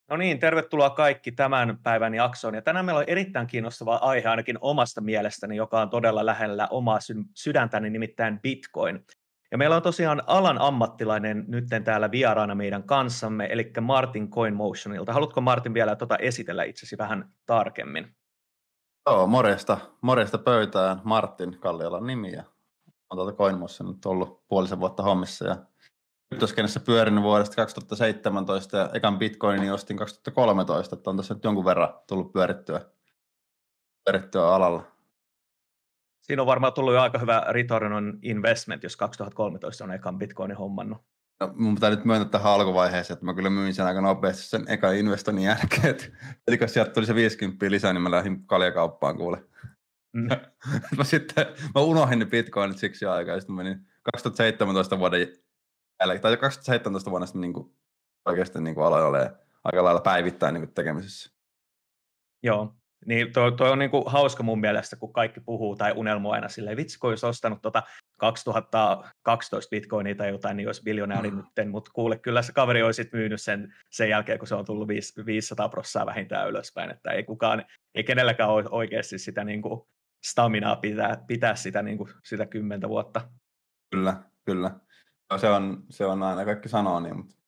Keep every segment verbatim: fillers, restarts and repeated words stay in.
No niin, tervetuloa kaikki tämän päivän jaksoon. Ja tänään meillä on erittäin kiinnostava aihe ainakin omasta mielestäni, joka on todella lähellä omaa sy- sydäntäni, nimittäin Bitcoin. Ja meillä on tosiaan alan ammattilainen nytten täällä vieraana meidän kanssamme, eli Martin CoinMotionilta. Haluatko Martin vielä tuota esitellä itsesi vähän tarkemmin? Joo, morjesta, morjesta pöytään. Martin Kalliolan nimi ja on tuolta CoinMotion nyt ollut puolisen vuotta hommissa ja kryptoskenessä pyörinyt vuodesta kaksituhattaseitsemäntoista ja ekan Bitcoinin ostin kaksituhattakolmetoista, että on tässä nyt jonkun verran tullut pyörittyä, pyörittyä alalla. Siinä on varmaan tullut jo aika hyvä return on investment, jos kaksituhattakolmetoista on ekan Bitcoinin hommannut. No, mun pitää nyt myöntää tähän alkuvaiheeseen, että mä kyllä myin sen aika nopeasti sen ekan investoinnin jälkeen. Eli kun sieltä tuli se viisikymmentä lisää, niin mä lähdin kaljakauppaan kuule. Mm. mä sitten mä unohdin ne Bitcoinit siksi aikaa, ja sitten menin kaksituhattaseitsemäntoista vuoden jälkeen, tai kaksituhattaseitsemäntoista vuonna sitten niin oikeasti niin aloin olemaan aika lailla päivittäin niin tekemisessä. Joo. Niin toi, toi on niinku hauska mun mielestä, kun kaikki puhuu tai unelmoi aina silleen, vitsi kun olisi ostanut tota kaksituhattakaksitoista bitcoinia tai jotain, niin olisi biljonääri mm. nytten, mutta kuule, kyllä se kaveri olisi myynyt sen sen jälkeen, kun se on tullut viisisataa prosenttia vähintään ylöspäin, että ei kukaan, ei kenelläkään ole oikeasti sitä niinku staminaa pitää, pitää sitä, niinku, sitä kymmentä vuotta. Kyllä, kyllä. Se on, se on aina, kaikki sanoo niin, mutta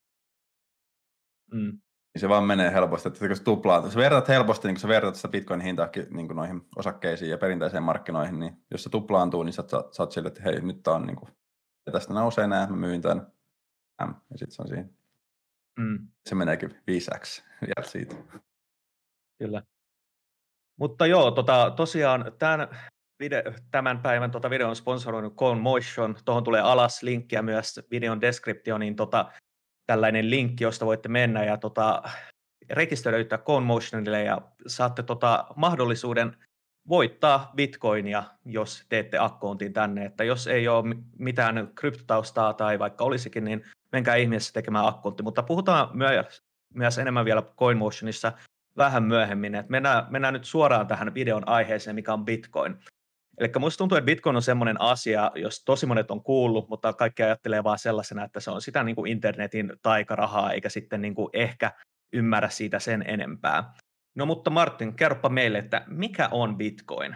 mm. se vaan menee helposti, että kun tuplaa, jos vertaat helposti, niin kun sä vertaat sitä Bitcoinin hintaakin niin noihin osakkeisiin ja perinteisiin markkinoihin, niin jos se tuplaantuu, niin sä, sä, sä oot sille, että hei, nyt on niin kuin, ja tästä nousee nää, mä myyn tämän, ja sitten se on siinä. Mm. Se meneekin viisaksi vielä siitä. Kyllä. Mutta joo, tota, tosiaan tämän, video, tämän päivän tota videon on sponsoroinut CoinMotion. Tuohon tulee alas linkkiä myös videon descriptioniin, tota, tällainen linkki, josta voitte mennä ja tota, rekisteröityä CoinMotionille ja saatte tota, mahdollisuuden voittaa bitcoinia, jos teette accountin tänne. Että jos ei ole mitään kryptotaustaa tai vaikka olisikin, niin menkää ihmeessä tekemään accountti. Mutta puhutaan myös, myös enemmän vielä CoinMotionissa vähän myöhemmin. Että mennään, mennään nyt suoraan tähän videon aiheeseen, mikä on Bitcoin. Eli musta tuntuu, että Bitcoin on semmoinen asia, jos tosi monet on kuullut, mutta kaikki ajattelee vaan sellaisena, että se on sitä niin kuin internetin taikarahaa, eikä sitten niin kuin ehkä ymmärrä siitä sen enempää. No mutta Martin, kerropa meille, että mikä on Bitcoin?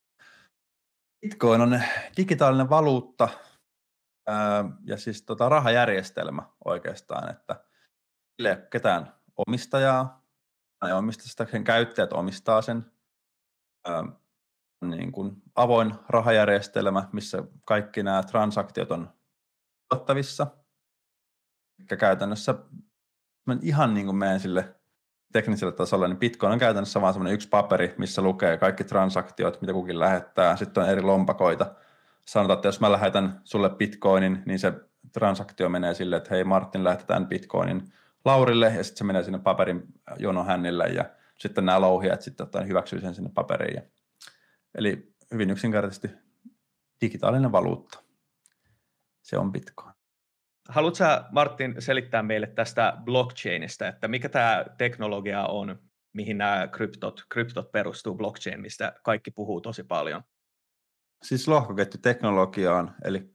Bitcoin on digitaalinen valuutta ää, ja siis tota rahajärjestelmä oikeastaan, että sille ei ole ketään omistajaa, ei omista sitä, sen käyttäjät omistaa sen. Ää, niin kuin avoin rahajärjestelmä, missä kaikki nämä transaktiot on tuottavissa. Eli käytännössä ihan niin kuin meidän sille tekniselle tasolle, niin Bitcoin on käytännössä vaan semmoinen yksi paperi, missä lukee kaikki transaktiot, mitä kukin lähettää. Sitten on eri lompakoita. Sanotaan, että jos mä lähetän sulle Bitcoinin, niin se transaktio menee silleen, että hei Martin, lähetetään Bitcoinin Laurille, ja sitten se menee sinne paperin jonohännille, ja sitten nämä louhijat sitten ottaen hyväksyy sen sinne paperiin. Eli hyvin yksinkertaisesti digitaalinen valuutta. Se on Bitcoin. Haluatko sä, Martin, selittää meille tästä blockchainista, että mikä tämä teknologia on, mihin nämä kryptot, kryptot perustuu, blockchain, mistä kaikki puhuu tosi paljon? Siis lohkoketjuteknologia on, eli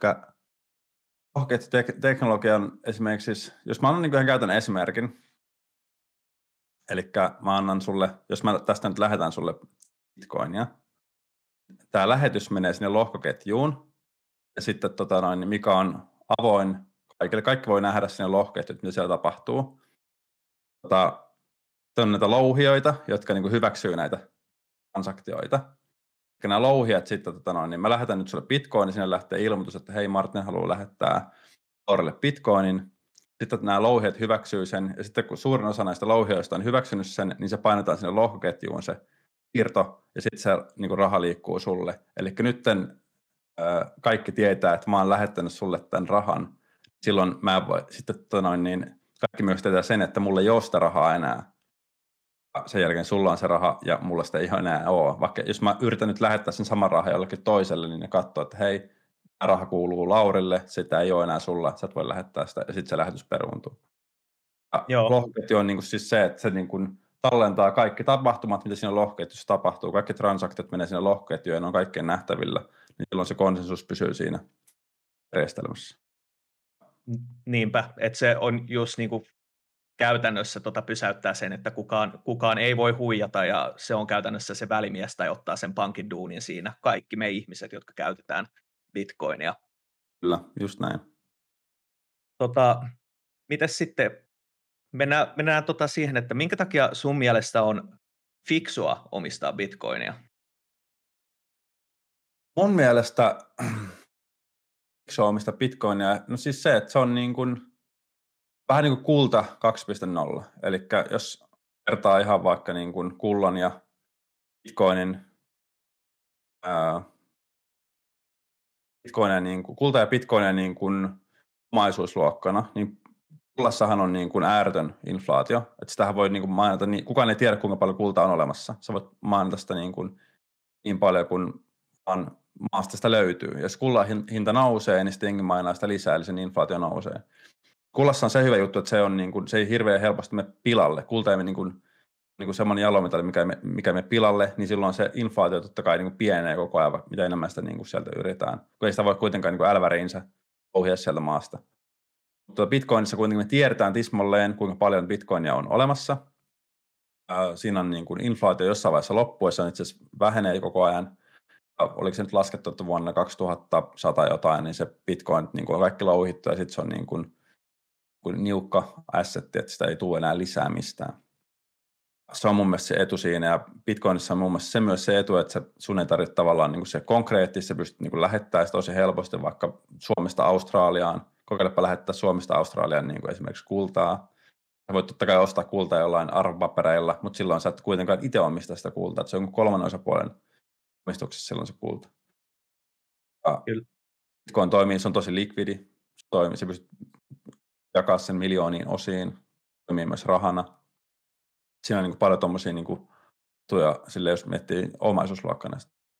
lohkoketjuteknologia on esimerkiksi, jos mä annan niin ihan käytän esimerkin, eli mä annan sulle, jos mä tästä nyt lähetän sulle Bitcoinia, tämä lähetys menee sinne lohkoketjuun, ja sitten tota noin, mikä on avoin kaikille. Kaikki voi nähdä sinne lohkoketjuun, mitä siellä tapahtuu. Tota, on näitä louhijoita, jotka niin kuin hyväksyy näitä transaktioita. Ja nämä louhijat sitten, tota noin, niin mä lähetän nyt sulle Bitcoin, ja sinne lähtee ilmoitus, että hei Martin haluaa lähettää Laurille Bitcoinin. Sitten nämä louhijat hyväksyy sen, ja sitten kun suurin osa näistä louhijoista on hyväksynyt sen, niin se painetaan sinne lohkoketjuun se siirto, ja sitten se niin kuin raha liikkuu sulle. Eli nytten äh, kaikki tietää, että mä oon lähettänyt sulle tämän rahan. Silloin mä voi, sitten tota noin, niin kaikki myös tietää sen, että mulla ei ole sitä rahaa enää. Sen jälkeen sulla on se raha, ja mulla sitä ei enää ole. Vaikka jos mä yritän nyt lähettää sen saman rahan jollekin toiselle, niin ne katsoo, että hei, raha kuuluu Laurille, sitä ei ole enää sulla, sä et voi lähettää sitä, ja sitten se lähetys peruuntuu. Lohkoketju on niin kuin siis se, että se niin kuin tallentaa kaikki tapahtumat, mitä siinä lohkoketjussa tapahtuu. Kaikki transaktiot menee sinne lohkoketjuun ja ne on kaikkien nähtävillä. Niin silloin se konsensus pysyy siinä järjestelmässä. Niinpä, että se on just niin kuin käytännössä tota pysäyttää sen, että kukaan, kukaan ei voi huijata, ja se on käytännössä se välimies tai ottaa sen pankin duunin siinä. Kaikki me ihmiset, jotka käytetään bitcoinia. Kyllä, just näin. Tota, mites sitten, mennään, mennään tota siihen, että minkä takia sun mielestä on fiksua omistaa bitcoinia? Mun mielestä fiksua omistaa bitcoinia, no siis se, että se on niin kuin, vähän niin kuin kulta kaksi piste nolla. Eli jos vertaa ihan vaikka niin kuin kullan ja bitcoinin, ää, bitcoinia niin kuin, kulta ja bitcoinia niin kuin omaisuusluokkana, niin kullassahan on niin kuin ääretön inflaatio. Että sitähän voi niin kuin mainita, niin kukaan ei tiedä kuinka paljon kultaa on olemassa. Sä voit mainita sitä niin, kuin, niin paljon kuin vaan maasta sitä löytyy. Ja jos kullan hinta nousee, niin sitten jengi mainaa sitä lisää, eli sen inflaatio nousee. Kullassa on se hyvä juttu, että se, on niin kuin, se ei hirveän helposti mene pilalle. Kulta ei mene niin kuin, niin kuin semmoinen jalometalli, mikä me, mikä me pilalle, niin silloin se inflaatio totta kai niin kuin pienee koko ajan, mitä enemmän sitä niin kuin sieltä yritetään. Kun ei sitä voi kuitenkaan niin kuin älväriinsä ohjaa sieltä maasta. Mutta Bitcoinissa kuitenkin me tiedetään tismalleen, kuinka paljon bitcoinia on olemassa. Ää, siinä on niin kuin inflaatio jossain vaiheessa loppuu, ja se on itse asiassa vähenee koko ajan. Oliko se nyt laskettu, että vuonna kaksituhattasata jotain, niin se bitcoin niin kuin on kaikki louhittu, ja sitten se on niin kuin, kuin niukka assetti, että sitä ei tule enää lisää mistään. Se on mun mielestä se etu siinä, ja Bitcoinissa on mun mielestä se myös se etu, että se, sun ei tarvitse tavallaan niin kuin se konkreettisesti, se pystyt niin kuin lähettämään tosi helposti vaikka Suomesta Australiaan, kokeilepa lähettää Suomesta Australiaan niin kuin esimerkiksi kultaa. Sä voit totta kai ostaa kultaa jollain arvopapereilla, mutta silloin sä et kuitenkaan itse omista sitä kultaa, että se on kolmannen osapuolen omistuksessa silloin se kulta. Ja Bitcoin toimii, se on tosi likvidi, se toimii, se pystyt jakaa sen miljooniin osiin, toimii myös rahana. Siinä on niin kuin paljon tuommoisia niin kuin tuja sille, jos miettii omaisuusluokkana.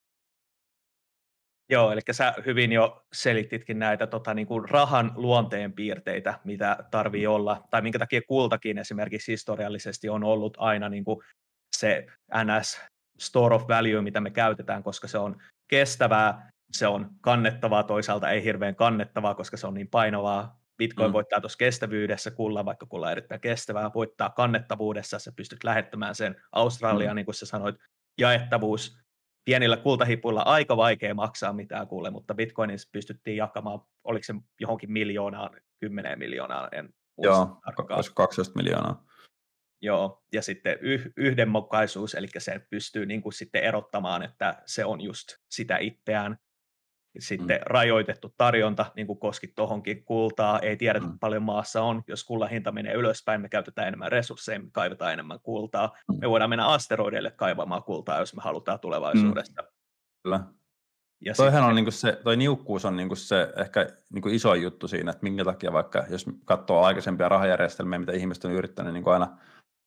Joo, eli sä hyvin jo selititkin näitä tota, niin kuin rahan luonteen piirteitä, mitä tarvii olla, tai minkä takia kultakin esimerkiksi historiallisesti on ollut aina niin kuin se N S store of value, mitä me käytetään, koska se on kestävää, se on kannettavaa, toisaalta ei hirveän kannettavaa, koska se on niin painavaa. Bitcoin mm. voittaa tuossa kestävyydessä, kulla, vaikka kulla on erittäin kestävää, voittaa kannettavuudessa, sä pystyt lähettämään sen Australiaan, mm. niin kuin sä sanoit, jaettavuus. Pienillä kultahipuilla aika vaikea maksaa mitään kuule, mutta Bitcoinissa pystyttiin jakamaan, oliko se johonkin miljoonaan, kymmeneen miljoonaan, en muista Joo, tarkkaan. olisiko kaksitoista miljoonaa. Joo, ja sitten yh- yhdenmukaisuus, eli se pystyy niin kuin sitten erottamaan, että se on just sitä itseään. Sitten mm. rajoitettu tarjonta, niin kuin koskit tuohonkin kultaa, ei tiedetä mm. paljon maassa on. Jos kullan hinta menee ylöspäin, me käytetään enemmän resursseja, me kaivetaan enemmän kultaa. Mm. Me voidaan mennä asteroideille kaivamaan kultaa, jos me halutaan tulevaisuudessa. Mm. Kyllä. Ja Toihan sitten, on niinku se, toi niukkuus on niinku se ehkä niinku iso juttu siinä, että minkä takia vaikka, jos katsoo aikaisempia rahajärjestelmiä, mitä ihmiset on yrittänyt niinku aina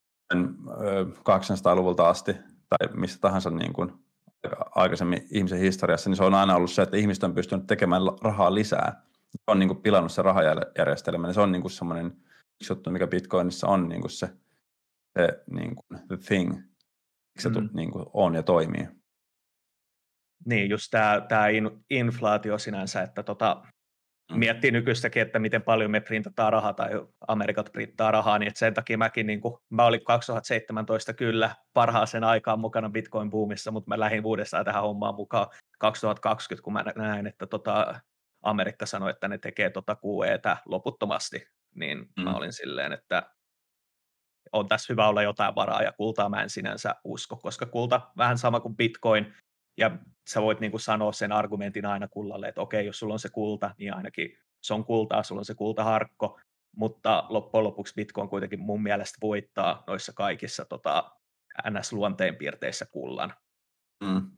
kahdeksansataaluvulta asti, tai mistä tahansa niin kuin aikaisemmin ihmisen historiassa, niin se on aina ollut se, että ihmiset on pystynyt tekemään rahaa lisää. Se on niin kuin pilannut se rahajärjestelmä, niin se on niin kuin semmoinen yksi juttu, mikä Bitcoinissa on niin kuin se, se niin kuin the thing, miksi se mm. niin kuin on ja toimii. Niin, just tämä, tämä inflaatio sinänsä, että tota, mm. miettii nykyistäkin, että miten paljon me printataan rahaa tai Amerikat printtaa rahaa, niin että sen takia mäkin, niin kuin, mä olin kaksituhattaseitsemäntoista kyllä parhaaseen aikaan mukana Bitcoin-boomissa, mutta mä lähdin uudestaan tähän hommaan mukaan kaksituhattakaksikymmentä, kun mä näin, että tota, Amerikka sanoi, että ne tekee tota Q E:tä loputtomasti, niin mm. mä olin silleen, että on tässä hyvä olla jotain varaa, ja kultaa mä en sinänsä usko, koska kulta vähän sama kuin Bitcoin, ja sä voit niin kuin sanoa sen argumentin aina kullalle, että okei, jos sulla on se kulta, niin ainakin se on kultaa, sulla on se kultaharkko, mutta loppujen lopuksi Bitcoin kuitenkin mun mielestä voittaa noissa kaikissa tota, N S-luonteenpiirteissä kullan. Mm.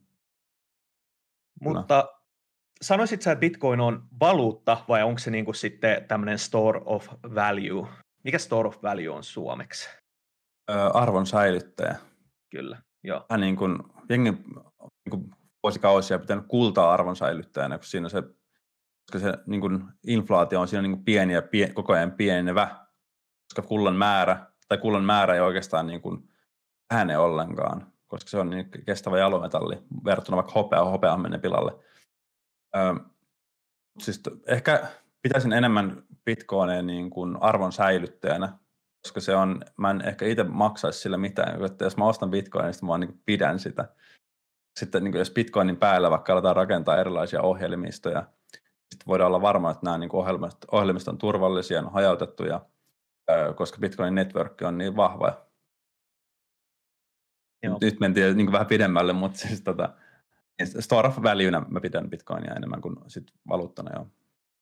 Mutta no. Sanoisitko sä, että Bitcoin on valuutta, vai onko se niin kuin sitten tämmöinen store of value? Mikä store of value on suomeksi? Ö, arvon säilyttäjä. Kyllä, joo. Hän niin kuin, jengi niin kuin vuosikausia pitänyt kultaa arvon säilyttäjänä, kun siinä se, koska se niin kuin inflaatio on siinä niin kuin pieni ja pien, koko ajan pienevä, koska kullan määrä, tai kullan määrä ei oikeastaan niin kuin vähene ollenkaan, koska se on niin kestävä jalometalli verrattuna vaikka hopea, hopea menee pilalle. Ö, siis ehkä pitäisin enemmän Bitcoinia niin kuin arvon säilyttäjänä, koska se on, mä en ehkä itse maksaisi sillä mitään, että jos mä ostan bitcoin, niin mä vaan niin pidän sitä. Sitten niin jos bitcoinin päällä vaikka aletaan rakentaa erilaisia ohjelmistoja, sitten voidaan olla varma, että nämä niin ohjelmistot, ohjelmistot on turvallisia, on hajautettuja, koska bitcoinin network on niin vahva. Joo. Nyt mentiin niin vähän pidemmälle, mutta siis tota, store of valuena mä pidän bitcoinia enemmän kuin sit valuuttana. Joo,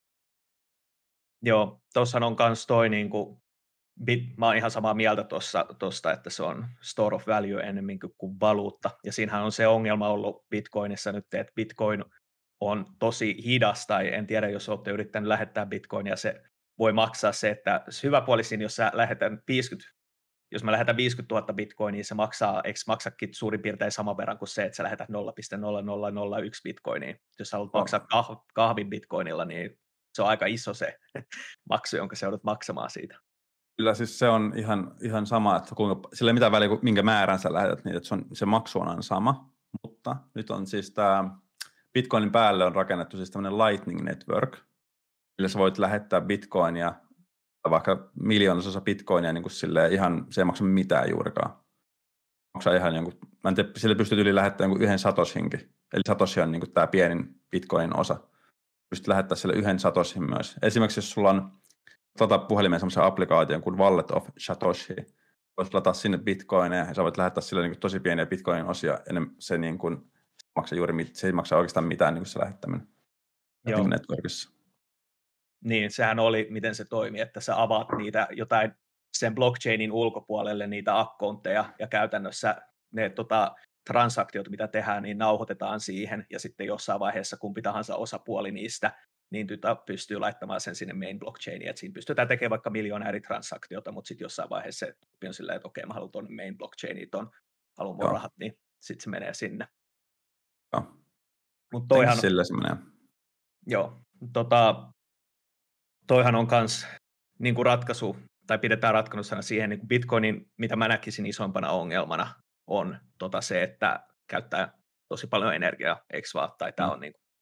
joo tuossahan on myös toi, niin kuin, bit, mä oon ihan samaa mieltä tuosta, että se on store of value enemmän kuin valuutta. Ja siinähän on se ongelma ollut bitcoinissa nyt, että bitcoin on tosi hidas, tai en tiedä, jos olette yrittäneet lähettää bitcoinia, se voi maksaa se, että hyvä puoli siinä, jos sä lähetän viisikymmentä, jos mä lähetän viisikymmentätuhatta bitcoinia, se maksaa, eikö maksakin suurin piirtein saman verran kuin se, että sä lähetät nolla pilkku nolla nolla nolla yksi bitcoinia. Jos sä haluat maksaa kah- kahvin bitcoinilla, niin se on aika iso se maksu, jonka sä joudut maksamaan siitä. Kyllä siis se on ihan, ihan sama, että kuinka, sillä ei mitään väliä, minkä määrän sä lähetät, niin että se, on, se maksu on aina sama, mutta nyt on siis tämä Bitcoinin päälle on rakennettu siis tämmöinen Lightning Network, millä sä voit lähettää bitcoinia, vaikka miljoonasosa bitcoinia niin kuin silleen ihan, se ei maksa mitään juurikaan. Maksaa ihan jonkun, mä en tiedä, sille pystyt yli lähettämään jonkun yhden satoshinkin, eli satoshi on niin kuin tämä pienin bitcoinin osa. Pystyt lähettämään sille yhden satoshin myös. Esimerkiksi jos sulla on tota puhelimeen semmoisen applikaation kuin Wallet of Satoshi, voit lataa sinne bitcoineja ja sä voit lähettää sille niin kuin tosi pieniä bitcoinin osia, ja se, niin kuin, maksaa juuri, se ei maksa oikeastaan mitään niin kuin se lähettäminen networkissa. Niin, sehän oli, miten se toimi, että sä avaat niitä jotain sen blockchainin ulkopuolelle niitä accountteja, ja käytännössä ne tota, transaktiot, mitä tehdään, niin nauhoitetaan siihen, ja sitten jossain vaiheessa kumpi tahansa osapuoli niistä, niin tytä pystyy laittamaan sen sinne main blockchainiin, että siinä pystytään tekemään vaikka miljoona eri transaktioita, mutta sitten jossain vaiheessa se on silleen, että okei, mä haluan tuonne main blockchainiin ton, haluan mun rahat, niin sitten se menee sinne. Joo. Mut toihan, sillä se menee. Joo, tota, toihan on myös niin kuin ratkaisu, tai pidetään ratkaisuna siihen, niin kuin Bitcoinin, mitä mä näkisin isompana ongelmana, on tota se, että käyttää tosi paljon energiaa, eikö vaan? Tai tämä mm. on niin kuin,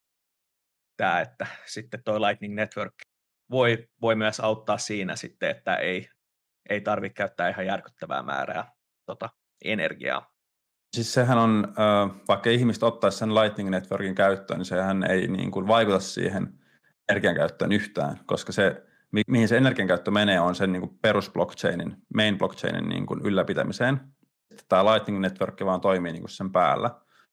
tämä, että sitten toi Lightning Network voi, voi myös auttaa siinä sitten, että ei, ei tarvitse käyttää ihan järkyttävää määrää tota, energiaa. Siis sehän on, vaikka ihmiset ottaisi sen Lightning Networkin käyttöön, niin sehän ei niin kuin vaikuta siihen energiankäyttöön yhtään, koska se, mihin se energiankäyttö menee, on sen niin kuin perusblockchainin, main blockchainin niin kuin ylläpitämiseen. Tämä Lightning Network vaan toimii niin kuin sen päällä.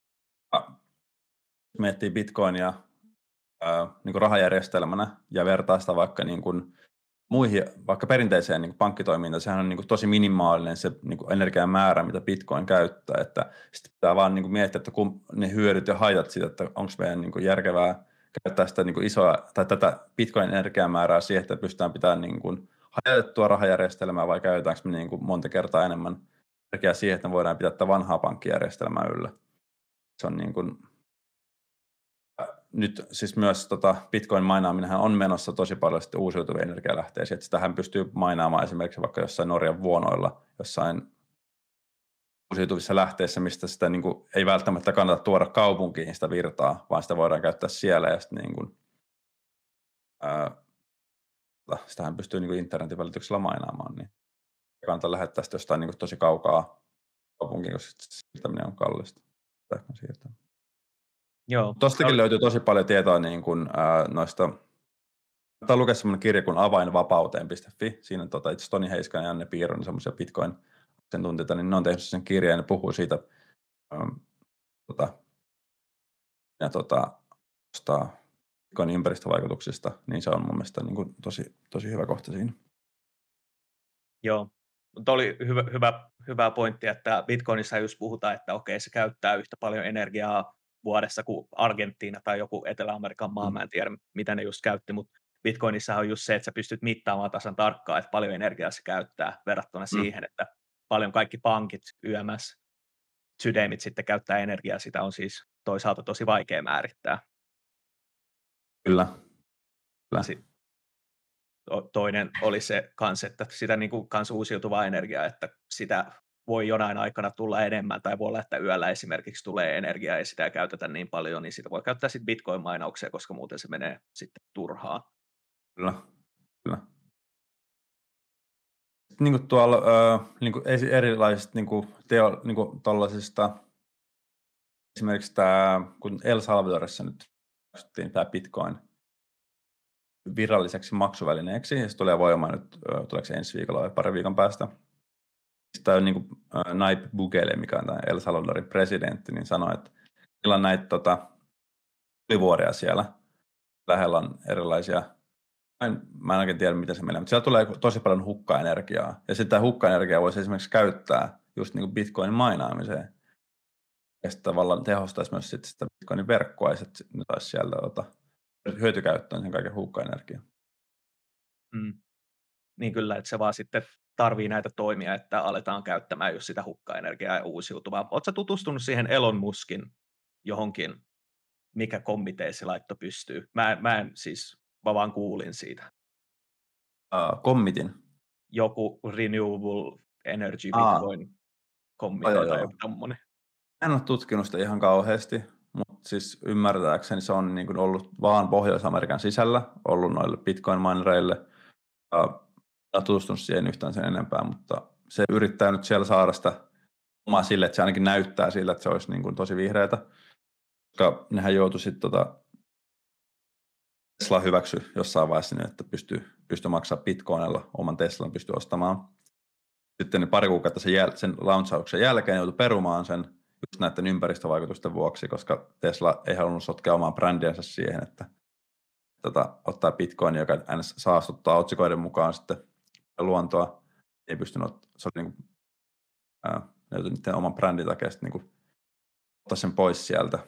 Jos miettii Bitcoinia niin kuin rahajärjestelmänä ja vertaa sitä vaikka niin kuin muihin, vaikka perinteiseen niin kuin pankkitoimintaan, sehän on niin kuin tosi minimaalinen se niin kuin energian määrä, mitä Bitcoin käyttää, että sitten pitää vaan niin kuin miettiä, että kun ne hyödyt ja haitat siitä, että onko meidän niin kuin järkevää käyttää sitä niin kuin isoa, tai tätä Bitcoin energiamäärää siihen, että pystytään pitämään niin kuin hajautettua rahajärjestelmää, vai käytetäänkö me niin kuin monta kertaa enemmän energiaa siihen, että me voidaan pitää tätä vanhaa pankkijärjestelmää yllä. Se on niin kuin nyt siis myös tota Bitcoin-mainaaminenhan on menossa tosi paljon sitten uusiutuvia energialähteisiä, että sitähän pystyy mainaamaan esimerkiksi vaikka jossain Norjan vuonoilla, jossain uusiutuvissa lähteissä, mistä sitä niin kuin ei välttämättä kannata tuoda kaupunkiin sitä virtaa, vaan sitä voidaan käyttää siellä ja sitten niin kuin, ää, sitähän pystyy niin kuin internetin välityksellä mainaamaan, niin kannattaa lähettää sitä jostain niin kuin tosi kaukaa kaupunkiin, koska siirtäminen on kallista. Joo. Tuostakin oli... löytyy tosi paljon tietoa niin kuin, ää, noista. Tämä lukee sellainen kirja kuin avainvapauteen piste fi. Siinä on tota, itse Toni Heiskanen ja Janne Piironen, semmoisia Bitcoin-asiantuntijoita, niin ne on tehnyt sen kirjan ja ne puhuu siitä ähm, tota, ja tota, Bitcoinin ympäristövaikutuksista, niin se on mun mielestä niin kuin tosi, tosi hyvä kohta siinä. Joo, mutta oli hyvä, hyvä, hyvä pointti, että Bitcoinissa just puhutaan, että okei, se käyttää yhtä paljon energiaa vuodessa kuin Argentiina tai joku Etelä-Amerikan maa, mä en tiedä mitä ne just käytti, mutta Bitcoinissa on just se, että sä pystyt mittaamaan tasan tarkkaan, että paljon energiaa se käyttää verrattuna mm. siihen, että paljon kaikki pankit, Y M S, sydämit sitten käyttää energiaa, sitä on siis toisaalta tosi vaikea määrittää. Kyllä. Kyllä. Sitten toinen oli se kans, että sitä niin kuin kans uusiutuvaa energiaa, että sitä voi jonain aikana tulla enemmän, tai voi olla, että yöllä esimerkiksi tulee energiaa ja sitä ei käytetä niin paljon, niin sitä voi käyttää sitten Bitcoin-mainauksia, koska muuten se menee sitten turhaan. Kyllä, kyllä. Niin kuin tuolla ö, niin kuin erilaisista niin kuin teo, niin kuin tollasista, esimerkiksi tämä, kun El Salvadorissa nyt hyväksyttiin tämä Bitcoin viralliseksi maksuvälineeksi, ja se tulee voimaan nyt, tuleeko se ensi viikolla vai pari viikon päästä. Tämä on niin kuin Nayib Bukele, mikä on tämä El Salvadorin presidentti, niin sanoi, että niillä on näitä tota, tulivuoria siellä. Lähellä on erilaisia, mä en, mä en oikein tiedä, miten se menee, mutta siellä tulee tosi paljon hukkaenergiaa. Ja sitä hukkaenergiaa voisi esimerkiksi käyttää just niin kuin Bitcoinin mainaamiseen. Ja sitten tavallaan tehostaisi myös sit sitä Bitcoinin verkkoa, ja sitten ne taisi sieltä ota, hyötykäyttöön sen kaiken hukkaenergiaa. Mm. Niin kyllä, että se vaan sitten tarvii näitä toimia, että aletaan käyttämään just sitä hukkaenergiaa ja uusiutuvaa. Oletko tutustunut siihen Elon Muskin johonkin, mikä komitee se laitto pystyy? Mä, mä en siis, mä vaan kuulin siitä. Uh, kommitin? Joku Renewable Energy Aa. Bitcoin komitee oh, tai joku tommonen. En ole tutkinut sitä ihan kauheasti, mutta siis ymmärtääkseni se on niin kuin ollut vaan Pohjois-Amerikan sisällä, ollut noille Bitcoin-minereille. En ole tutustunut siihen yhtään sen enempää, mutta se yrittää nyt siellä saada sitä omaa sille, että se ainakin näyttää sillä, että se olisi niin kuin tosi vihreätä. Koska nehän joutui sitten tota, Tesla hyväksy jossain vaiheessa, että pystyy, pystyy maksamaan Bitcoinilla, oman Teslan pystyy ostamaan. Sitten pari kuukautta sen, jäl- sen launchauksen jälkeen joutui perumaan sen just näiden ympäristövaikutusten vuoksi, koska Tesla ei halunnut sotkea omaa brändiänsä siihen, että tota, ottaa Bitcoin, joka ns. Saastuttaa otsikoiden mukaan sitten luontoa. Ei pystynyt, se oli niin kuin, ää, ne joutui niiden oman brändin takia sitten niin kuin ottaa sen pois sieltä.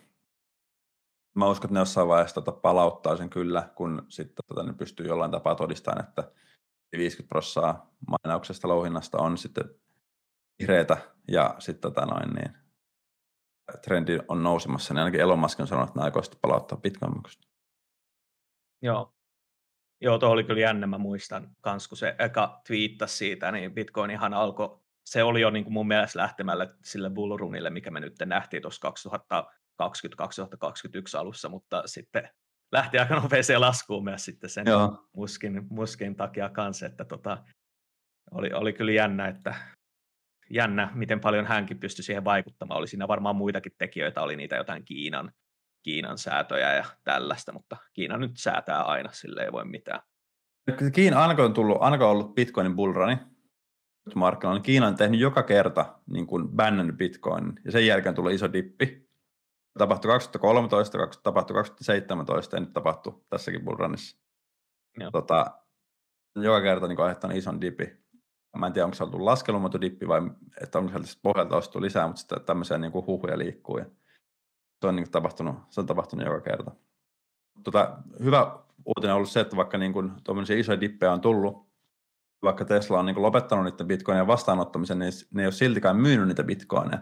Mä uskon, että ne jossain vaiheessa tota, palauttaa sen kyllä, kun sitten tota, ne pystyy jollain tapaa todistamaan, että viisikymmentä prosenttia mainauksesta louhinnasta on sitten vihreätä ja sitten tota, noin niin trendi on nousemassa, niin ainakin Elon Musk on sanonut, että ne aikoo sitten palauttaa Bitcoin-maksusta. Joo. Joo, tuo oli kyllä jännä, mä muistan kans, kun se eka twiittasi siitä, niin Bitcoinihan alkoi, se oli jo niin kuin mun mielestä lähtemällä sille bullrunille, mikä me nyt nähtiin tuossa kaksituhattakaksikymmentä kaksituhattakaksikymmentäyksi alussa, mutta sitten lähti aika nopeeseen laskuun myös sitten sen muskin, muskin takia kanssa, että tota, oli, oli kyllä jännä, että jännä, miten paljon hänkin pystyi siihen vaikuttamaan. Oli siinä varmaan muitakin tekijöitä, oli niitä jotain Kiinan, Kiinan säätöjä ja tällaista, mutta Kiina nyt säätää aina, sille ei voi mitään. Kiina aina on tullut, aina on ollut Bitcoinin bullruni markkinoilla, niin Kiina on tehnyt joka kerta niin kuin bannannut Bitcoinin, ja sen jälkeen tuli iso dippi. Tapahtui kaksituhattakolmetoista, tapahtui kaksituhattaseitsemäntoista ja nyt tapahtui tässäkin bullrunissa. Tota, joka kerta niin aiheuttanut ison dippi. Mä en tiedä, onko se ollut laskelmointudippi vai että onko sieltä pohjalta ostettu lisää, mutta sitten tämmöisiä niin kuin huhuja liikkuu. Ja se on, niin kuin tapahtunut, se on tapahtunut joka kerta. Tota, hyvä uutinen on ollut se, että vaikka niin kuin tuommoisia isoja dippejä on tullut, vaikka Tesla on niin kuin lopettanut niiden bitcoinien vastaanottamisen, niin ne ei ole siltikään myynyt niitä bitcoineja.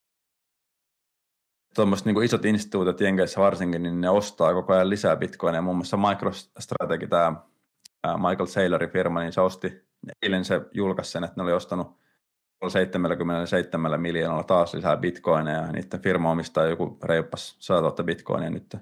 Tuommoiset niin kuin isot instituutit Jenkeissä varsinkin, niin ne ostaa koko ajan lisää bitcoineja. Muun muassa MicroStrategy, tämä Michael Saylorin firma, niin se osti, eilen se julkaisi sen, että ne oli ostanut seitsemänkymmentäseitsemän miljoonalla taas lisää bitcoineja, ja niiden firma omistaa joku reippas sata tuhatta bitcoinia nyt.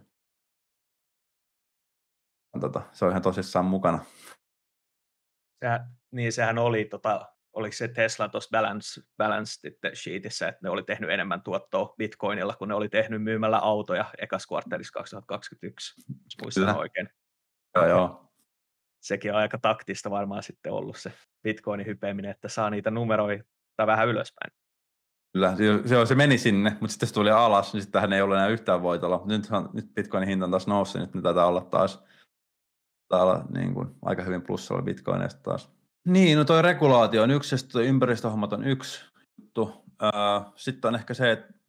Tota, se on ihan tosissaan mukana. Sehän, niin sehän oli, tota, oliko se Tesla tuossa balance, balance sheetissä, että ne oli tehnyt enemmän tuottoa bitcoinilla, kun ne oli tehnyt myymällä autoja ekas kvartaalissa kaksituhattakaksikymmentäyksi, jos muistan Kyllä. oikein. Joo, joo. Sekin on aika taktista varmaan sitten ollut se bitcoinin hypeäminen, että saa niitä numeroita vähän ylöspäin. Kyllä, se, se meni sinne, mutta sitten se tuli alas, niin sittenhän ei ollut enää yhtään voitolla. Nyt, nyt bitcoinin hinta on taas noussut, nyt ne taitaa olla taas olla niin kuin, aika hyvin plussalla bitcoineista taas. Niin, no toi regulaatio on yksi, ja sitten ympäristöhommat on yksi juttu. Sitten on ehkä se, että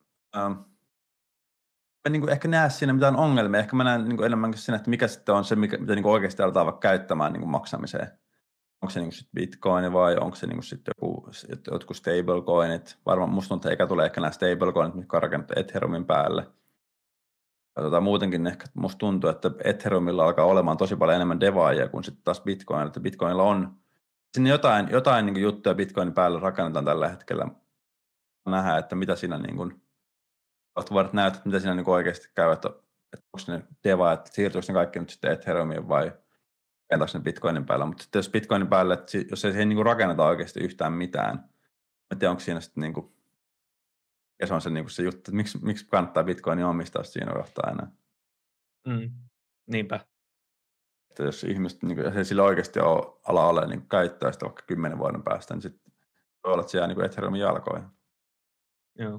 en niin ehkä näe siinä mitään ongelmia. Ehkä mä näen niin enemmänkin siinä, että mikä sitten on se, mikä, mitä niin oikeasti aletaan vaikka käyttämään niin maksamiseen. Onko se niin sitten bitcoin vai onko se niin sitten joku, jotkut stablecoinit. Varmaan musta tuntuu, että eikä tule ehkä nämä stablecoinit, mitkä on rakennettu Ethereumin päälle. Ja tota, muutenkin ehkä musta tuntuu, että Ethereumilla alkaa olemaan tosi paljon enemmän devaajia kuin sitten taas bitcoin. Että bitcoinilla on sinne jotain, jotain niin juttuja bitcoinin päälle rakennetaan tällä hetkellä. Nähdään, että mitä siinä niin kuin Oletko voinut näyttää, mitä siinä niin oikeasti käy, että, että onko ne devaajat, siirtyykö ne kaikki nyt sitten Ethereumiin vai rakentaa sen Bitcoinin päällä, mutta sitten jos Bitcoinin päälle, että jos ei siihen niin kuin rakenneta oikeasti yhtään mitään, en tiedä, onko siinä sitten niin kuin, ja se on se, niin kuin se juttu, että miksi, miksi kannattaa Bitcoinin omistaa siinä kohtaa enää. Mm. Niinpä. Että jos ihmiset, niin kuin, jos ei sillä oikeasti ole ala ole niin käyttää sitä vaikka kymmenen vuoden päästä, niin sitten voi olla, että se jää niin Ethereumin jalkoihin. Joo.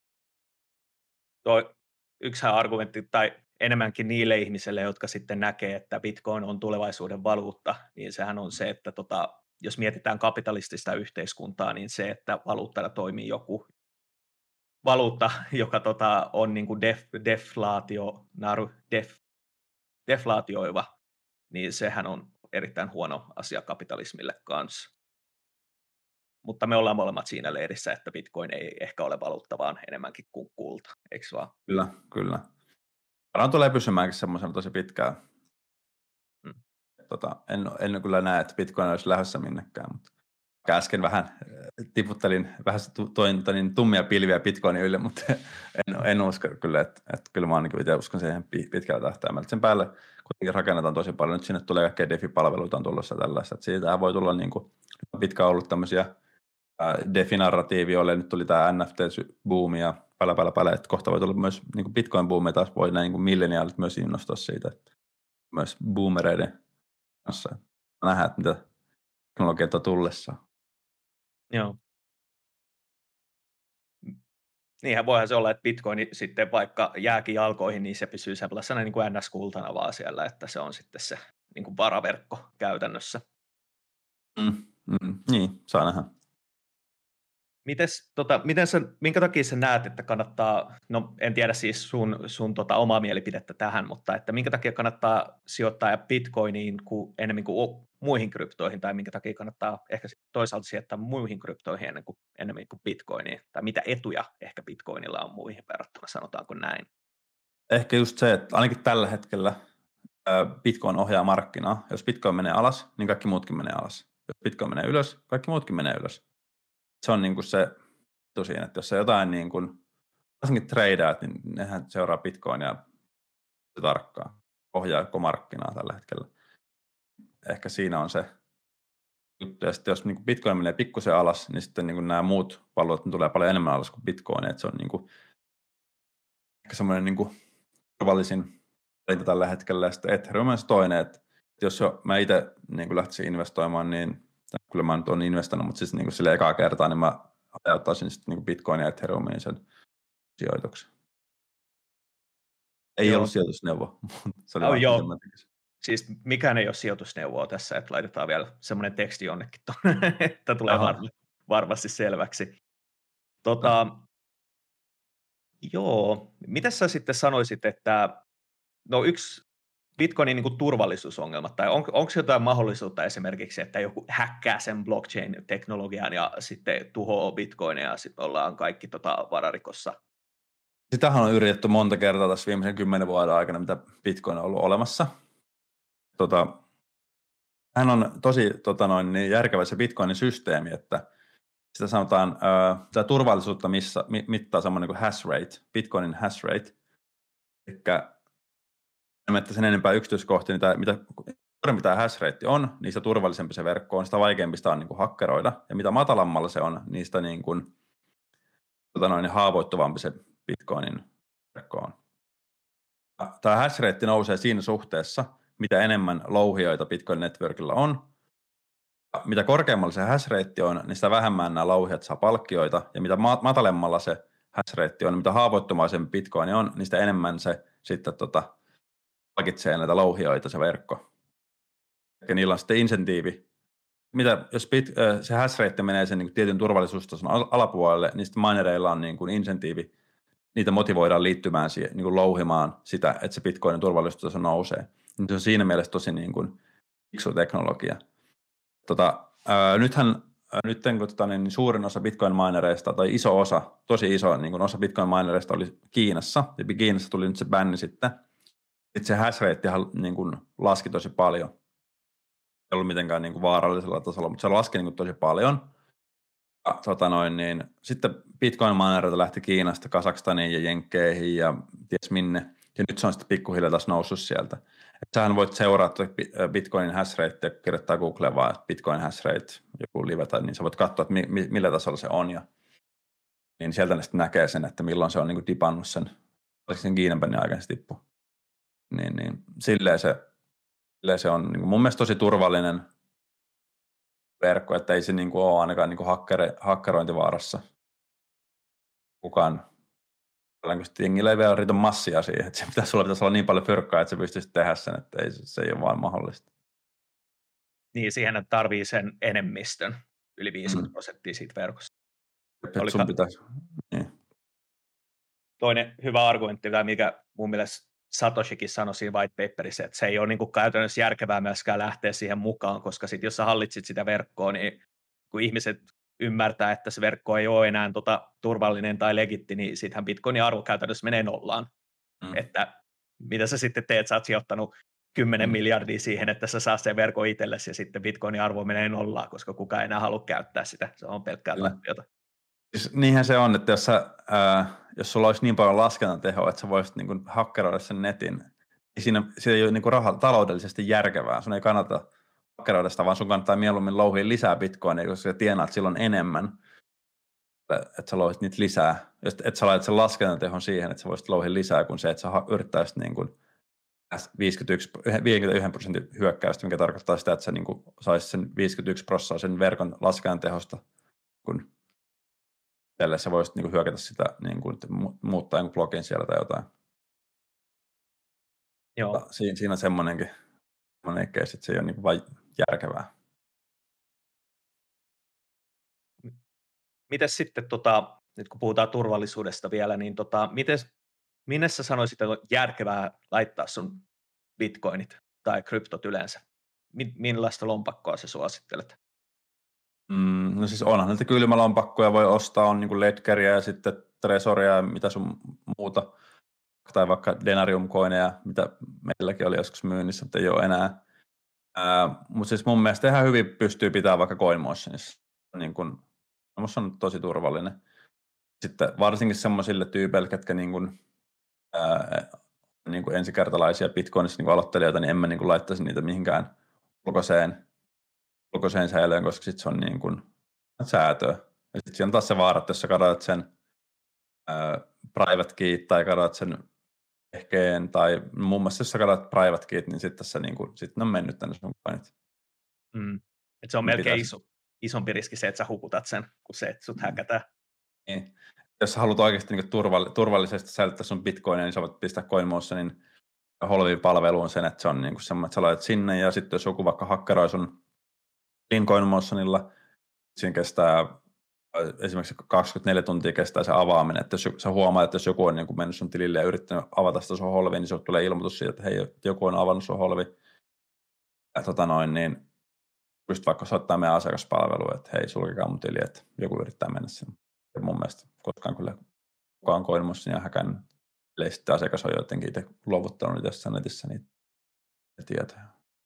Toi yksi argumentti, tai enemmänkin niille ihmisille, jotka sitten näkee, että Bitcoin on tulevaisuuden valuutta, niin sehän on se, että tota, jos mietitään kapitalistista yhteiskuntaa, niin se, että valuuttana toimii joku valuutta, joka tota, on niin kuin def, deflaatio, naru, def, deflaatioiva, niin sehän on erittäin huono asia kapitalismille kanssa. Mutta me ollaan molemmat siinä leirissä, että Bitcoin ei ehkä ole valuutta, vaan enemmänkin kuin kulta, eikö vaan? Kyllä, kyllä. Varmaan tulee pysymäänkin semmoisena tosi pitkään. Hmm. Tota, en, en kyllä näe, että Bitcoin olisi lähdössä minnekään, mutta äsken vähän tiputtelin vähän toin, niin tummia pilviä Bitcoinin ylle, mutta en, en usko kyllä, että, että kyllä mä niin itse uskon siihen pitkällä tähtäimellä. Sen päälle kuitenkin rakennetaan tosi paljon. Nyt sinne tulee kaikkea DeFi-palveluita on tulossa tällaista, että siitä voi tulla niin kuin, pitkään ollut tämmöisiä DeFi-narratiivioille, nyt tuli tämä N F T-buumi ja päällä päällä päällä, että kohta voi tulla myös niin Bitcoin-buumi, taas voi näin niin milleniaalit myös innostua siitä, että myös boomereiden kanssa nähdään, että mitä teknologiat on tullessa. Joo. Niinhän voihan se olla, että Bitcoin sitten vaikka jääkin jalkoihin, niin se pysyy sellaisena niin kuin N S-kultana vaan siellä, että se on sitten se niin kuin varaverkko käytännössä. Mm, mm, niin, saa nähdä. Mites, tota, miten sä, minkä takia sä näet, että kannattaa, no en tiedä siis sun, sun tota, omaa mielipidettä tähän, mutta että minkä takia kannattaa sijoittaa Bitcoiniin kuin, enemmän kuin muihin kryptoihin, tai minkä takia kannattaa ehkä toisaalta sijoittaa muihin kryptoihin ennen kuin, enemmän kuin Bitcoiniin, tai mitä etuja ehkä Bitcoinilla on muihin verrattuna, sanotaanko näin? Ehkä just se, että ainakin tällä hetkellä Bitcoin ohjaa markkinaa. Jos Bitcoin menee alas, niin kaikki muutkin menee alas. Jos Bitcoin menee ylös, kaikki muutkin menee ylös. Se on niin kuin se tosiaan, että jos sä jotain niin kuin, varsinkin tradeat, niin nehän seuraa Bitcoinia tarkkaan. Ohjaa koko markkinaa tällä hetkellä. Ehkä siinä on se juttu. Ja sitten jos niin kuin Bitcoin menee pikkusen alas, niin sitten niin kuin nämä muut valuutat tulee paljon enemmän alas kuin Bitcoin. Että se on niin kuin, ehkä semmoinen niin kuin turvallisin valinta tällä hetkellä. Ja sitten Ethereum on toinen, että jos jo, mä itse niin kuin lähtisin investoimaan, niin kyllä mä nyt olen investoinut, mutta siis niin kuin sille ekaa kertaa, niin mä ajauttaisin sitten niin kuin Bitcoin ja Ethereumiin sen sijoituksen. Ei joo. ollut sijoitusneuvo. Se oli oh, vaan, joo. Siis mikään ei ole sijoitusneuvoa tässä, että laitetaan vielä semmoinen teksti jonnekin tuonne, että tulee varma, varmasti selväksi. Tota, no. Joo, mitä sä sitten sanoisit, että no yksi Bitcoinin niin kuin turvallisuusongelmat, tai on, onko jotain mahdollisuutta esimerkiksi, että joku häkkää sen blockchain-teknologian ja sitten tuhoaa Bitcoinia ja sitten ollaan kaikki tota vararikossa? Sitähän on yritetty monta kertaa tässä viimeisen kymmenen vuoden aikana, mitä Bitcoin on ollut olemassa. Tota, hän on tosi tota noin, niin järkevä se Bitcoinin systeemi, että sitä sanotaan, äh, tämä turvallisuutta missä, mittaa semmoinen kuin hash rate, Bitcoinin hash rate. Eli että sen enempää yksityiskohtia, niin mitä suurempi tämä hash rate on, niin sitä turvallisempi se verkko on, sitä vaikeampi sitä on niin kuin hakkeroida. Ja mitä matalammalla se on, niin sitä niin kuin, tota noin, haavoittuvampi se Bitcoinin verkko on. Tämä hash rate nousee siinä suhteessa, mitä enemmän louhijoita Bitcoin Networkilla on. Mitä korkeammalla se hash rate on, niin sitä vähemmän nämä louhijat saa palkkioita. Ja mitä matalemmalla se hash rate on, mitä haavoittuvaisempi Bitcoin on, niin sitä enemmän se sitten tota, palkitsee näitä louhijoita se verkko. Ja niillä on sitten insentiivi. Mitä, jos bit, se hash rate menee sen niin kuin tietyn turvallisuustason alapuolelle, niin sitten minereilla on niin kuin insentiivi. Niitä motivoidaan liittymään siihen, niin kuin louhimaan sitä, että se Bitcoinin turvallisuustaso nousee. Niin se on siinä mielessä tosi niin kuin fiksu teknologia. Tota, ää, nythän nyt kun, tota, niin suurin osa Bitcoin-minereista, tai iso osa, tosi iso niin kuin osa Bitcoin-minereista oli Kiinassa, ja Kiinassa tuli nyt se bänni sitten. Sitten se hash rate niin kuin laski tosi paljon. Ei ollut mitenkään niin kuin vaarallisella tasolla, mutta se laski niin kuin tosi paljon. Ja, tota noin, niin, sitten Bitcoin-minereita lähti Kiinasta, Kazakstaniin ja Jenkkeihin ja ties minne. Ja nyt se on sitten pikkuhiljaa taas noussut sieltä. Et sähän voit seurata Bitcoinin hash rate ja kirjoittaa Googleen vaan Bitcoin hash rate, joku live, tai niin sä voit katsoa, että mi, mi, millä tasolla se on. Ja, niin sieltä ne sitten näkee sen, että milloin se on niin kuin dipannut sen, oliko sen Kiinanpäin aikana se tippu. Niin, niin silleen se, silleen se on niin kuin mun mielestä tosi turvallinen verkko, että ei se niin kuin ole ainakaan niin kuin hakkere, hakkerointivaarassa. Kukaan, jengillä ei vielä riitä massia siihen, että se pitäisi, sulla pitäisi olla niin paljon fyrkkaa, että se pystyisi tehdä sen, että ei, se ei ole vaan mahdollista. Niin, siihen tarvii sen enemmistön, yli viisikymmentä Mm. prosenttia siitä verkosta. Että sun pitäisi, niin. Toinen hyvä argumentti, mikä mun mielestä Satoshikin sanoi siinä white paperissa, että se ei ole niin kuin käytännössä järkevää myöskään lähteä siihen mukaan, koska sit, jos sä hallitsit sitä verkkoa, niin kun ihmiset ymmärtää, että se verkko ei ole enää tota turvallinen tai legitti, niin sittenhän Bitcoinin arvo käytännössä menee nollaan. Mm. Että mitä sä sitten teet, sä oot sijoittanut kymmenen mm. miljardia siihen, että sä saa sen verkon itsellesi ja sitten Bitcoinin arvo menee nollaan, koska kukaan ei enää halua käyttää sitä. Se on pelkkää tappiota. Siis niinhän se on, että jos, sä, ää, jos sulla olisi niin paljon laskentatehoa, että sä voisit niin kuin hakkeroida sen netin, niin siinä, siinä ei ole niin kuin raha, taloudellisesti järkevää. Sun ei kannata hakkeroida sitä, vaan sun kannattaa mieluummin louhia lisää bitcoinia, koska sä tienaat silloin enemmän, että sä louhit niitä lisää. Että sä laitat sen laskentatehon siihen, että sä voisit louhia lisää, kuin se, että sä yrittäisit niin kuin viisikymmentäyksi, viisikymmentäyksi prosentin hyökkäystä, mikä tarkoittaa sitä, että sä niin kuin saisit sen viisikymmentäyksi prosenttia sen verkon laskentatehosta, kun tälle sä voisit niinku hyökätä sitä, niinku, muuttaa jonkun blogin siellä tai jotain. Joo. Siinä, siinä on semmoinenkin, semmoinen case, että se ei ole niinku vain järkevää. Mites sitten, tota, nyt kun puhutaan turvallisuudesta vielä, niin tota, mites, minne sä sanoisit, että on järkevää laittaa sun bitcoinit tai kryptot yleensä? Millaista lompakkoa sä suosittelet? Mm, no siis onhan näitä kylmälompakkoja voi ostaa, on niinku Ledgeria ja sitten Tresoria ja mitä sun muuta, tai vaikka Denarium-coineja, mitä meilläkin oli joskus myynnissä, mutta ei ole enää. Mutta siis mun mielestä ihan hyvin pystyy pitämään vaikka CoinMotionissa. Niin kun, musta on tosi turvallinen. Sitten varsinkin semmoisille tyypeille, ketkä niin kun, ää, niin kun ensikertalaisia Bitcoinissa niin aloittelijoita, niin en mä niin kun laittaisi niitä mihinkään ulkoiseen, ulkoiseen säilöön, koska sitten se on niin kun säätöä. Ja sitten siinä on taas se vaara, että jos sä kadotat sen ää, private key tai kadotat sen ehkeen, tai muun muassa jos sä kadotat private keyt, niin sitten tässä niin kun, sitten on mennyt tänne sun coinit. Mm. Et se on Niin melkein iso, isompi riski se, että sä hukutat sen, kuin se, että sut häkätään. Niin. Jos sä haluat oikeasti niin turvalli- turvallisesti säilyttää sun bitcoinia, niin sä voit pistää CoinMotionin holviin palveluun sen, että se on niin semmoinen, että sä laitat sinne, ja sitten jos joku vaikka hakkeroi sun CoinMotionilla, siinä kestää esimerkiksi kaksikymmentäneljä tuntia kestää se avaaminen, että jos sä huomaat, että jos joku on niin mennyt sun tilille ja yrittänyt avata sitä sun holviin, niin se tulee ilmoitus siitä, että hei, joku on avannut sun holvi. Ja tota noin, niin pystyt vaikka soittaa meidän asiakaspalveluun, että hei, sulkekaa mun tili, että joku yrittää mennä sinne. Ja mun mielestä koskaan kyllä kukaan CoinMotionia häkännyt, ellei sitten asiakas on jotenkin itse luovuttanut jossain netissä niitä tietoja.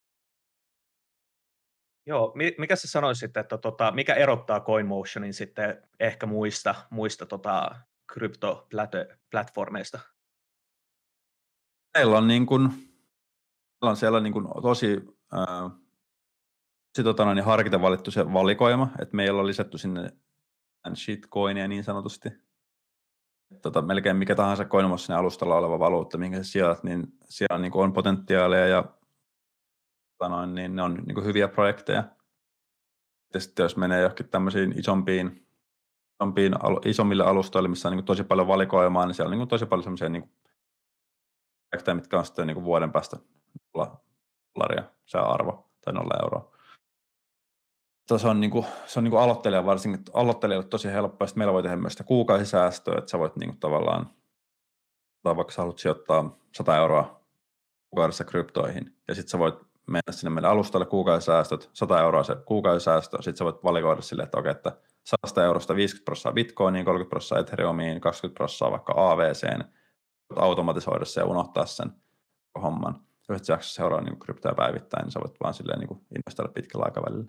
Joo, mikä sä sanoisit, että tota, mikä erottaa CoinMotionin sitten ehkä muista, muista tota, kryptoplatformeista? Meillä on, niin kuin, meillä on siellä niin kuin tosi ää, tota noin, harkita valittu se valikoima, että meillä on lisätty sinne shitcoinia niin sanotusti. Tota, melkein mikä tahansa CoinMotionin alustalla oleva valuutta, minkä sä sijoitat, niin siellä on, niin kuin on potentiaalia ja tota noin, niin ne on niin kuin hyviä projekteja. Ja sitten jos menee johonkin tämmöisiin isompiin, isompiin isommille alustoille, missä on niin kuin tosi paljon valikoimaa, niin siellä on niin kuin tosi paljon semmoisia niin kuin projekteja, mitkä on sitten niin kuin vuoden päästä dollaria se arvo tai nolla euroa. Se on, niin kuin, se on niin kuin aloittelijalle varsinkin aloittelijalle tosi helppoa. Sitten meillä voi tehdä myös sitä kuukausisäästöä, että sä voit niin kuin tavallaan, tai vaikka sä haluat sijoittaa sata euroa kuukaudessa kryptoihin, ja sitten sä voit mennä sinne meidän alustalle kuukausisäästöt, sata euroa se kuukausisäästö, sitten sä voit valikoida silleen, että okei, että sata eurosta viisikymmentä prosenttia bitcoiniin, kolmekymmentä prosenttia Ethereumiin, kaksikymmentä prosenttia vaikka A V C:n, automatisoida se ja unohtaa sen homman. Jos et jaksa seuraa niin kryptoja päivittäin, niin sä voit vaan silleen niin investoida pitkällä aikavälillä.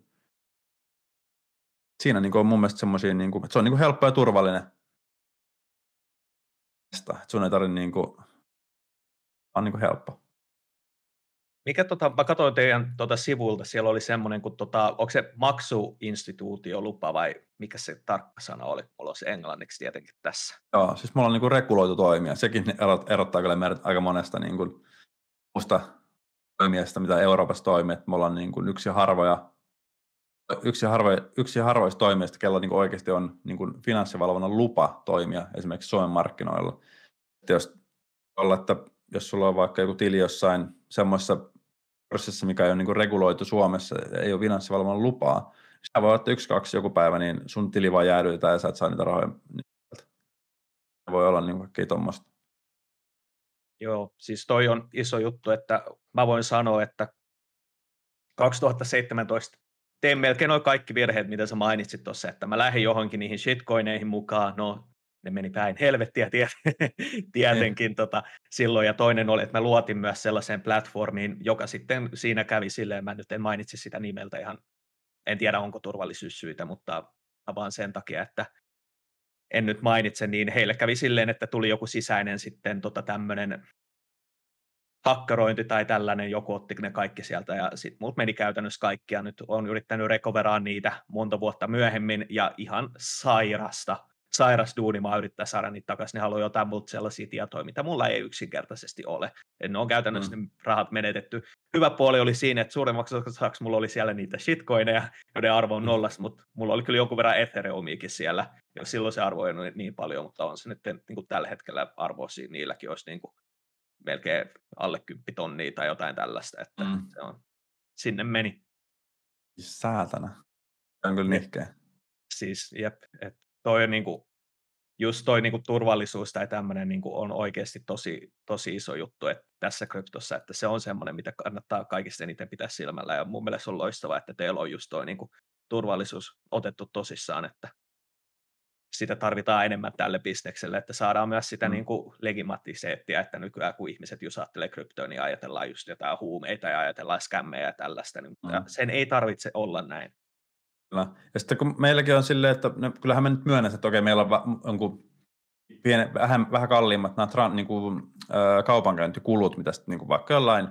Siinä niin on mun mielestä semmoisia, niin että se on niin helppo ja turvallinen. Sun ei tarvitse niin kuin, on niin kuin helppo. Mikä tota, mä katsoin teidän tota sivulta, siellä oli semmoinen, kun tota, onko se maksuinstituutiolupa vai mikä se tarkka sana oli? Mulla on se englanniksi tietenkin tässä. Joo, siis mulla on niin kuin reguloitu toimija. Sekin erot, erottaa kyllä meidät aika monesta niin kuin muusta toimijasta, mitä Euroopassa toimii. Että mulla on niin kuin yksi harvoja, yksi harvoja, yksi harvoista toimijoista, kello niin kuin oikeasti on niin kuin finanssivalvonnan lupa toimia esimerkiksi Suomen markkinoilla. Että jos, olla, että jos sulla on vaikka joku tili jossain semmoisessa prosessissa, mikä ei ole niin kuin reguloitu Suomessa, ei ole finanssivalvonnan lupaa, sä voi ottaa yksi, kaksi joku päivä, niin sun tili vaan jäädytetään ja sä et saa niitä rahoja. Voi olla niin kaikkea tuommoista. Joo, siis toi on iso juttu, että mä voin sanoa, että kaksituhattaseitsemäntoista tein melkein noin kaikki virheet, mitä sä mainitsit tuossa, että mä lähdin johonkin niihin shitcoineihin mukaan, no ne meni päin helvettiä tietenkin tota, silloin, ja toinen oli, että mä luotin myös sellaiseen platformiin, joka sitten siinä kävi silleen, mä nyt en mainitsi sitä nimeltä ihan, en tiedä onko turvallisuussyitä, mutta vaan sen takia, että en nyt mainitse, niin heille kävi silleen, että tuli joku sisäinen sitten tota tämmöinen hakkerointi tai tällainen, joku otti ne kaikki sieltä, ja sitten multa meni käytännössä kaikki, ja nyt olen yrittänyt recoveraa niitä monta vuotta myöhemmin, ja ihan sairasta, sairas duuni, mä yrittää saada niitä takaisin, ne haluaa jotain multa sellaisia tietoja, mitä mulla ei yksinkertaisesti ole. Ne on käytännössä mm. ne rahat menetetty. Hyvä puoli oli siinä, että suurimmaksi osaksi mulla oli siellä niitä shitcoineja, joiden arvo on nollas, mm. mutta mulla oli kyllä jonkun verran Ethereumiakin siellä, ja silloin se arvo ei ole niin paljon, mutta on se nyt niin kuin tällä hetkellä arvoa siinä, niilläkin olisi niin kuin melkein alle kymmenen tonnia tai jotain tällaista, että mm. se on, sinne meni. Säätänä. Se on kyllä nihkeä. Siis, jep, että toi on niinku, just toi niinku turvallisuus tai tämmöinen niinku on oikeasti tosi, tosi iso juttu että tässä kryptossa, että se on semmoinen, mitä kannattaa kaikista eniten pitää silmällä, ja mun mielestä on loistavaa, että teillä on just toi niinku turvallisuus otettu tosissaan, että sitä tarvitaan enemmän tälle bisnekselle, että saadaan myös sitä mm. niin kuin legimatisseettia, että nykyään kun ihmiset just ajattelee kryptoa, niin ajatellaan just jotain huumeita ja ajatellaan skämmejä ja tällaista, niin mm. sen ei tarvitse olla näin. Kyllä. Ja sitten kun meilläkin on silleen, että no, kyllähän me nyt myönnän, että okei, meillä on va- piene, vähän, vähän kalliimmat nämä tran, niin kuin, ä, kaupankäyntikulut, mitä sitten niin kuin vaikka jollain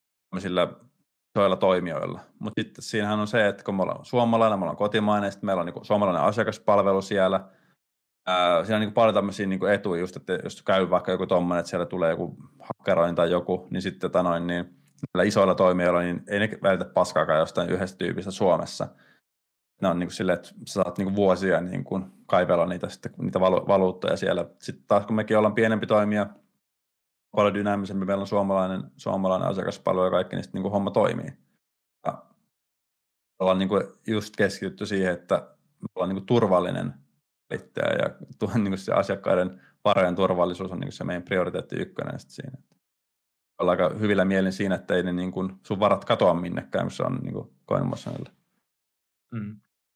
isoilla toimijoilla. Mutta sitten siinähän on se, että kun me ollaan suomalainen, me ollaan kotimainen, sitten meillä on niin kuin suomalainen asiakaspalvelu siellä. Ää, siinä on niin paljon tämmöisiä niin etuja, just, että jos käy vaikka joku tommoinen, että siellä tulee joku hakkeroin tai joku, niin sitten tanoin, niin näillä isoilla toimijoilla niin ei ne välitä paskaakaan jostain yhdestä tyypistä Suomessa. Ne on niin kuin silleen, että sä saat niin kuin vuosia niin kuin kaipella niitä, sitten, niitä valu- valuuttoja siellä. Sitten taas kun mekin ollaan pienempi toimija, paljon dynaamisempi, meillä on suomalainen, suomalainen asiakaspalvelu ja kaikki, niin sitten niin kuin homma toimii. Ja ollaan niin kuin just keskitytty siihen, että me ollaan niin kuin turvallinen ja tuon niin se asiakkaiden varojen turvallisuus on niin se meidän prioriteetti ykkönen siinä. Ollaan aika hyvillä mielin siinä, että ei ne niin kuin sun varat katoa minnekään, missä on niin CoinMotionilla. Mm.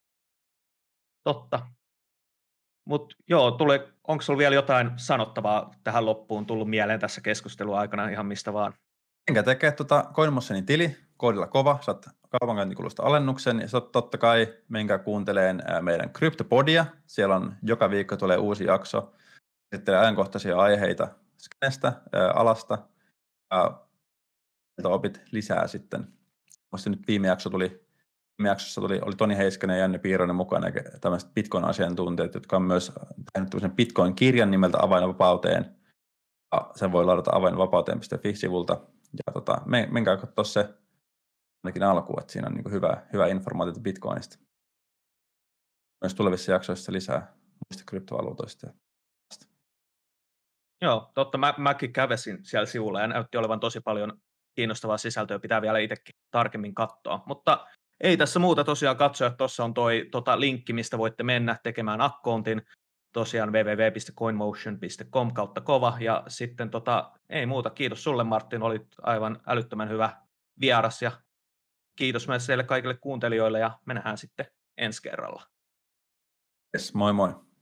Totta. Mutta joo, tule, onko sinulla vielä jotain sanottavaa tähän loppuun tullut mieleen tässä keskustelun aikana ihan mistä vaan? Enkä tekee tuota CoinMotionin tili, koodilla KOVA, saat kaupankäyntikulusta alennuksen, ja totta kai menkää kuunteleen meidän CryptoPodia. Siellä on joka viikko tulee uusi jakso, sitten ajankohtaisia aiheita skenestä, alasta, ja opit lisää sitten. Musta nyt viime jakso tuli, viime jaksossa tuli, oli Toni Heiskanen ja Janne Piironen mukana, tämmöiset Bitcoin-asiantuntijat, jotka on myös tehnyt tämmöisen Bitcoin-kirjan nimeltä Avainvapauteen. Ja sen voi ladata avainvapauteen piste fi-sivulta. Ja tota, menkää katsoa se ainakin alkuun, että siinä on niin hyvä, hyvä informaatiota Bitcoinista. Myös tulevissa jaksoissa lisää muista kryptovaluutoista. Joo, totta. Mä, mäkin kävesin siellä sivulla ja näytti olevan tosi paljon kiinnostavaa sisältöä. Pitää vielä itsekin tarkemmin katsoa. Mutta ei tässä muuta tosiaan katsoa, että tuossa on toi tota, linkki, mistä voitte mennä tekemään accountin. Tosiaan double-u double-u double-u piste coinmotion piste com kautta kova. Ja sitten tota, ei muuta. Kiitos sulle Martin, olit aivan älyttömän hyvä vieras ja kiitos myös teille kaikille kuuntelijoille ja me nähdään sitten ensi kerralla. Yes, moi moi.